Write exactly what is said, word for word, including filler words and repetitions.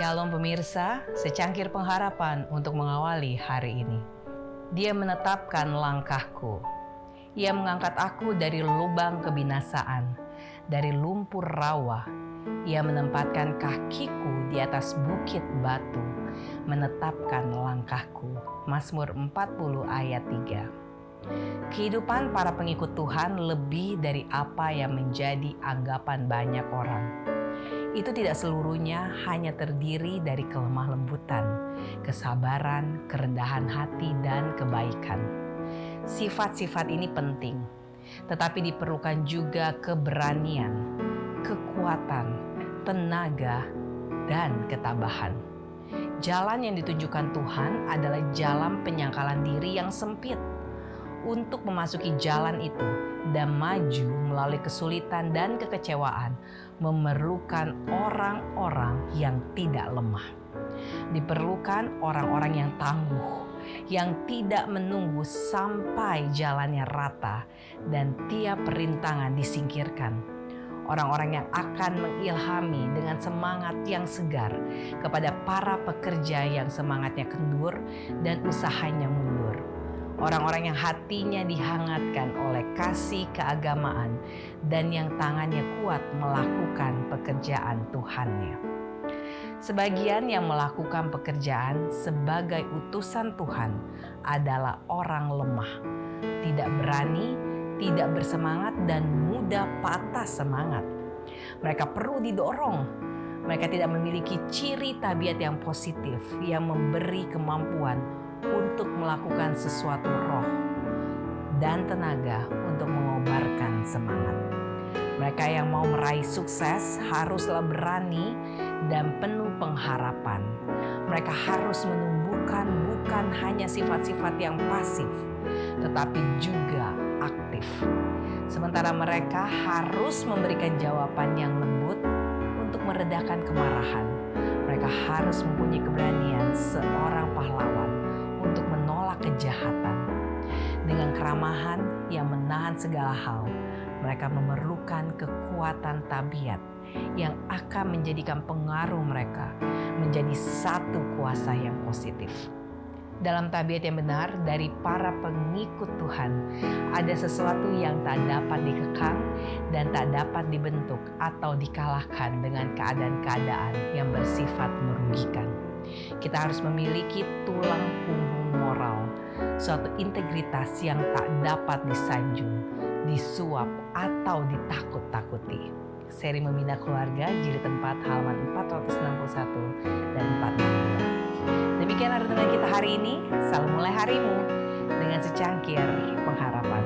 Shalom pemirsa, secangkir pengharapan untuk mengawali hari ini. Dia menetapkan langkahku. Ia mengangkat aku dari lubang kebinasaan, dari lumpur rawa. Ia menempatkan kakiku di atas bukit batu, menetapkan langkahku. Mazmur empat puluh ayat tiga. Kehidupan para pengikut Tuhan lebih dari apa yang menjadi anggapan banyak orang. Itu tidak seluruhnya hanya terdiri dari kelemah lembutan, kesabaran, kerendahan hati, dan kebaikan. Sifat-sifat ini penting, tetapi diperlukan juga keberanian, kekuatan, tenaga, dan ketabahan. Jalan yang ditunjukkan Tuhan adalah jalan penyangkalan diri yang sempit. Untuk memasuki jalan itu dan maju melalui kesulitan dan kekecewaan memerlukan orang-orang yang tidak lemah. Diperlukan orang-orang yang tangguh, yang tidak menunggu sampai jalannya rata dan tiap rintangan disingkirkan. Orang-orang yang akan mengilhami dengan semangat yang segar kepada para pekerja yang semangatnya kendur dan usahanya mundur. Orang-orang yang hatinya dihangatkan oleh kasih keagamaan dan yang tangannya kuat melakukan pekerjaan Tuhannya. Sebagian yang melakukan pekerjaan sebagai utusan Tuhan adalah orang lemah, tidak berani, tidak bersemangat, dan mudah patah semangat. Mereka perlu didorong. Mereka tidak memiliki ciri tabiat yang positif yang memberi kemampuan untuk melakukan sesuatu roh dan tenaga untuk mengobarkan semangat. Mereka yang mau meraih sukses haruslah berani dan penuh pengharapan. Mereka harus menumbuhkan bukan hanya sifat-sifat yang pasif, tetapi juga aktif. Sementara mereka harus memberikan jawaban yang lembut untuk meredakan kemarahan. Mereka harus mempunyai keberanian seorang pahlawan untuk menolak kejahatan. Dengan keramahan yang menahan segala hal, mereka memerlukan kekuatan tabiat yang akan menjadikan pengaruh mereka menjadi satu kuasa yang positif. Dalam tabiat yang benar dari para pengikut Tuhan, ada sesuatu yang tak dapat dikekang dan tak dapat dibentuk atau dikalahkan dengan keadaan-keadaan yang bersifat merugikan. Kita harus memiliki tulang punggung moral, suatu integritas yang tak dapat disanjung, disuap, atau ditakut-takuti. Seri Membina Keluarga, Jilid empat, halaman empat ratus enam puluh satu dan empat ratus enam puluh dua. Demikian renungan kita hari ini. Selalu mulai harimu dengan secangkir pengharapan.